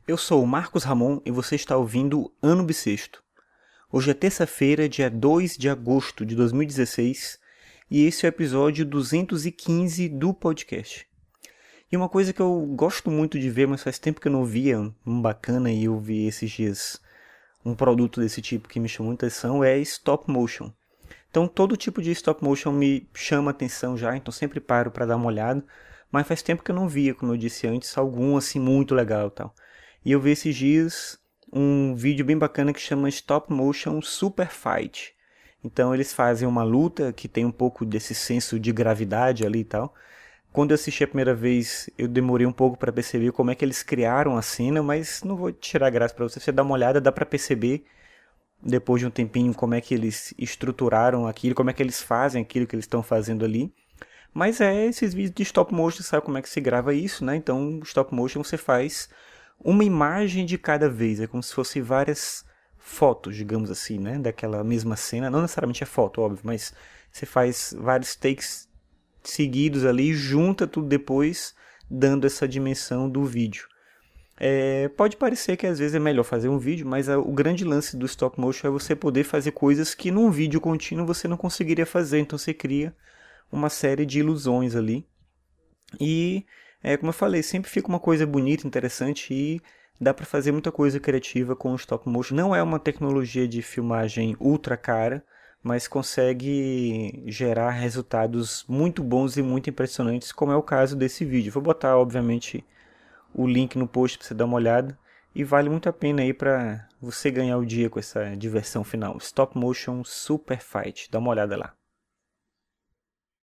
Eu sou o Marcos Ramon e você está ouvindo Ano Bissexto. Hoje é terça-feira, dia 2 de agosto de 2016, e esse é o episódio 215 do podcast. E uma coisa que eu gosto muito de ver, mas faz tempo que eu não via um bacana e eu vi esses dias um produto desse tipo que me chamou muita atenção, é stop motion. Então todo tipo de stop motion me chama atenção já, então sempre paro para dar uma olhada, mas faz tempo que eu não via, como eu disse antes, algum assim muito legal e tal. E eu vi esses dias um vídeo bem bacana que chama Stop Motion Super Fight. Então eles fazem uma luta que tem um pouco desse senso de gravidade ali e tal. Quando eu assisti a primeira vez, eu demorei um pouco para perceber como é que eles criaram a cena, mas não vou tirar graça para você. Você dar uma olhada, dá para perceber depois de um tempinho como é que eles estruturaram aquilo, como é que eles fazem aquilo que eles estão fazendo ali. Mas é esses vídeos de stop motion, sabe como é que se grava isso, né? Então, stop motion você faz uma imagem de cada vez, é como se fosse várias fotos, digamos assim, né? Daquela mesma cena, não necessariamente é foto, óbvio, mas você faz vários takes seguidos ali, junta tudo depois, dando essa dimensão do vídeo. Pode parecer que às vezes é melhor fazer um vídeo, mas o grande lance do stop motion é você poder fazer coisas que num vídeo contínuo você não conseguiria fazer. Então você cria uma série de ilusões ali. E, como eu falei, sempre fica uma coisa bonita, interessante e dá para fazer muita coisa criativa com o stop motion. Não é uma tecnologia de filmagem ultra cara, mas consegue gerar resultados muito bons e muito impressionantes, como é o caso desse vídeo. Vou botar, obviamente, o link no post para você dar uma olhada. E vale muito a pena aí para você ganhar o dia com essa diversão final. Stop Motion Super Fight. Dá uma olhada lá.